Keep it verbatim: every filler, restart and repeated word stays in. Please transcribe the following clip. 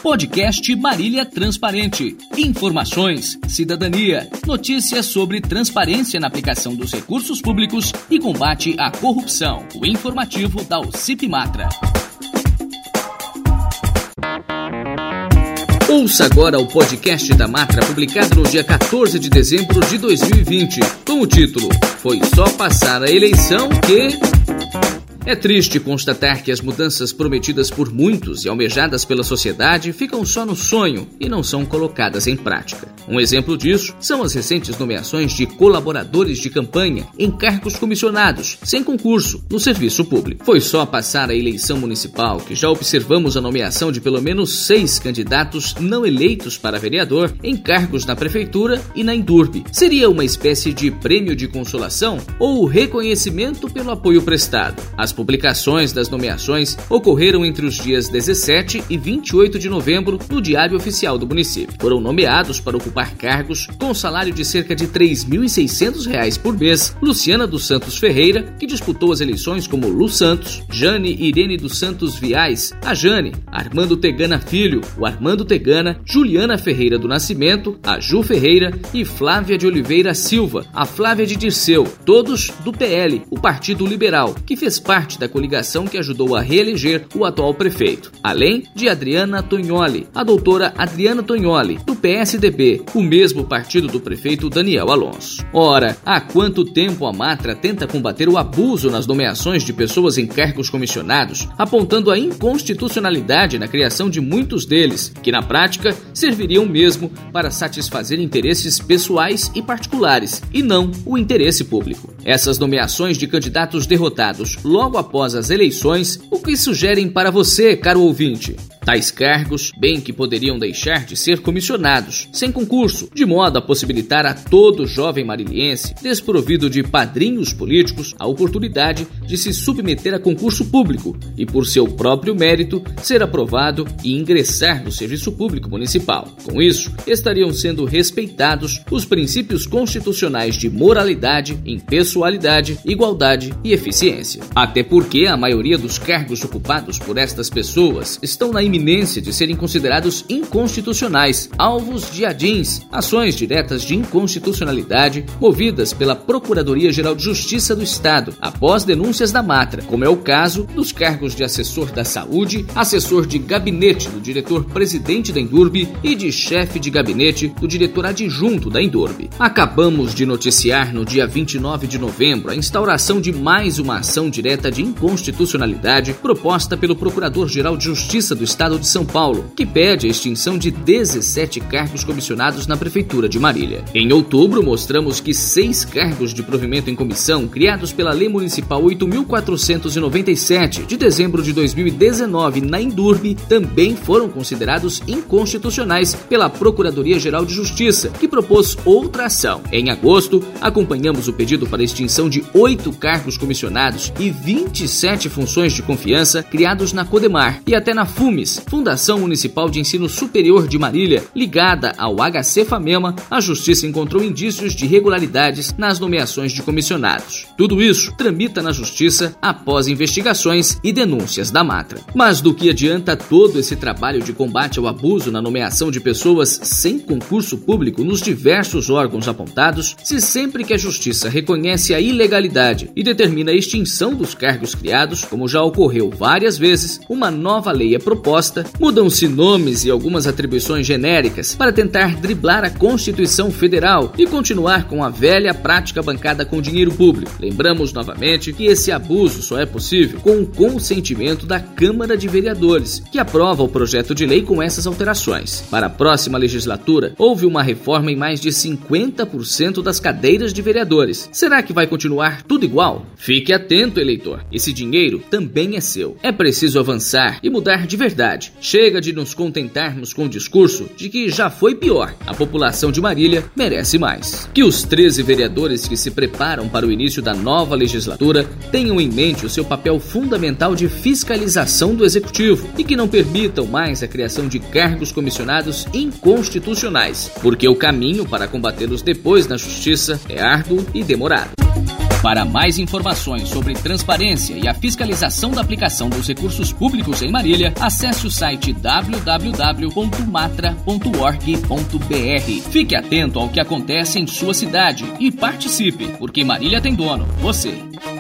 Podcast Marília Transparente. Informações, cidadania, notícias sobre transparência na aplicação dos recursos públicos e combate à corrupção. O informativo da O C I P Matra. Ouça agora o podcast da Matra, publicado no dia quatorze de dezembro de dois mil e vinte, com o título Foi só passar a eleição que... É triste constatar que as mudanças prometidas por muitos e almejadas pela sociedade ficam só no sonho e não são colocadas em prática. Um exemplo disso são as recentes nomeações de colaboradores de campanha em cargos comissionados, sem concurso, no serviço público. Foi só passar a eleição municipal que já observamos a nomeação de pelo menos seis candidatos não eleitos para vereador em cargos na prefeitura e na Indurb. Seria uma espécie de prêmio de consolação ou reconhecimento pelo apoio prestado? As As publicações das nomeações ocorreram entre os dias dezessete e vinte e oito de novembro no Diário Oficial do município. Foram nomeados para ocupar cargos com salário de cerca de três mil e seiscentos reais por mês Luciana dos Santos Ferreira, que disputou as eleições como Lu Santos, Jane Irene dos Santos Viais, a Jane, Armando Tegana Filho, o Armando Tegana, Juliana Ferreira do Nascimento, a Ju Ferreira e Flávia de Oliveira Silva, a Flávia de Dirceu, todos do P L, o Partido Liberal, que fez parte da coligação que ajudou a reeleger o atual prefeito, além de Adriana Tognoli, a doutora Adriana Tognoli, do P S D B, o mesmo partido do prefeito Daniel Alonso. Ora, há quanto tempo a Matra tenta combater o abuso nas nomeações de pessoas em cargos comissionados, apontando a inconstitucionalidade na criação de muitos deles, que na prática serviriam mesmo para satisfazer interesses pessoais e particulares, e não o interesse público. Essas nomeações de candidatos derrotados logo após as eleições, o que sugerem para você, caro ouvinte? Tais cargos, bem que poderiam deixar de ser comissionados, sem concurso, de modo a possibilitar a todo jovem mariliense, desprovido de padrinhos políticos, a oportunidade de se submeter a concurso público e, por seu próprio mérito, ser aprovado e ingressar no serviço público municipal. Com isso, estariam sendo respeitados os princípios constitucionais de moralidade, impessoalidade, igualdade e eficiência. Até porque a maioria dos cargos ocupados por estas pessoas estão na iminência de serem considerados inconstitucionais, alvos de adins, ações diretas de inconstitucionalidade movidas pela Procuradoria-Geral de Justiça do Estado, após denúncias da Matra, como é o caso dos cargos de assessor da saúde, assessor de gabinete do diretor-presidente da Indurb e de chefe de gabinete do diretor adjunto da Indurb. Acabamos de noticiar no dia vinte e nove de novembro a instauração de mais uma ação direta de inconstitucionalidade proposta pelo Procurador-Geral de Justiça do Estado de São Paulo, que pede a extinção de dezessete cargos comissionados na Prefeitura de Marília. Em outubro, mostramos que seis cargos de provimento em comissão, criados pela Lei Municipal oito mil quatrocentos e noventa e sete, de dezembro de dois mil e dezenove, na Indurb, também foram considerados inconstitucionais pela Procuradoria-Geral de Justiça, que propôs outra ação. Em agosto, acompanhamos o pedido para a extinção de oito cargos comissionados e vinte e sete funções de confiança criados na Codemar e até na FUMES, Fundação Municipal de Ensino Superior de Marília, ligada ao H C Famema. A Justiça encontrou indícios de irregularidades nas nomeações de comissionados. Tudo isso tramita na Justiça após investigações e denúncias da Matra. Mas do que adianta todo esse trabalho de combate ao abuso na nomeação de pessoas sem concurso público nos diversos órgãos apontados, se sempre que a Justiça reconhece a ilegalidade e determina a extinção dos cargos criados, como já ocorreu várias vezes, uma nova lei é proposta, mudam-se nomes e algumas atribuições genéricas para tentar driblar a Constituição Federal e continuar com a velha prática bancada com dinheiro público. Lembramos novamente que esse abuso só é possível com o consentimento da Câmara de Vereadores, que aprova o projeto de lei com essas alterações. Para a próxima legislatura, houve uma reforma em mais de cinquenta por cento das cadeiras de vereadores. Será que vai continuar tudo igual? Fique atento, eleitor. Esse dinheiro também é seu. É preciso avançar e mudar de verdade. Chega de nos contentarmos com o discurso de que já foi pior. A população de Marília merece mais. Que os treze vereadores que se preparam para o início da nova legislatura tenham em mente o seu papel fundamental de fiscalização do Executivo e que não permitam mais a criação de cargos comissionados inconstitucionais, porque o caminho para combatê-los depois na Justiça é árduo e demorado. Para mais informações sobre transparência e a fiscalização da aplicação dos recursos públicos em Marília, acesse o site w w w ponto matra ponto org ponto b r. Fique atento ao que acontece em sua cidade e participe, porque Marília tem dono, você.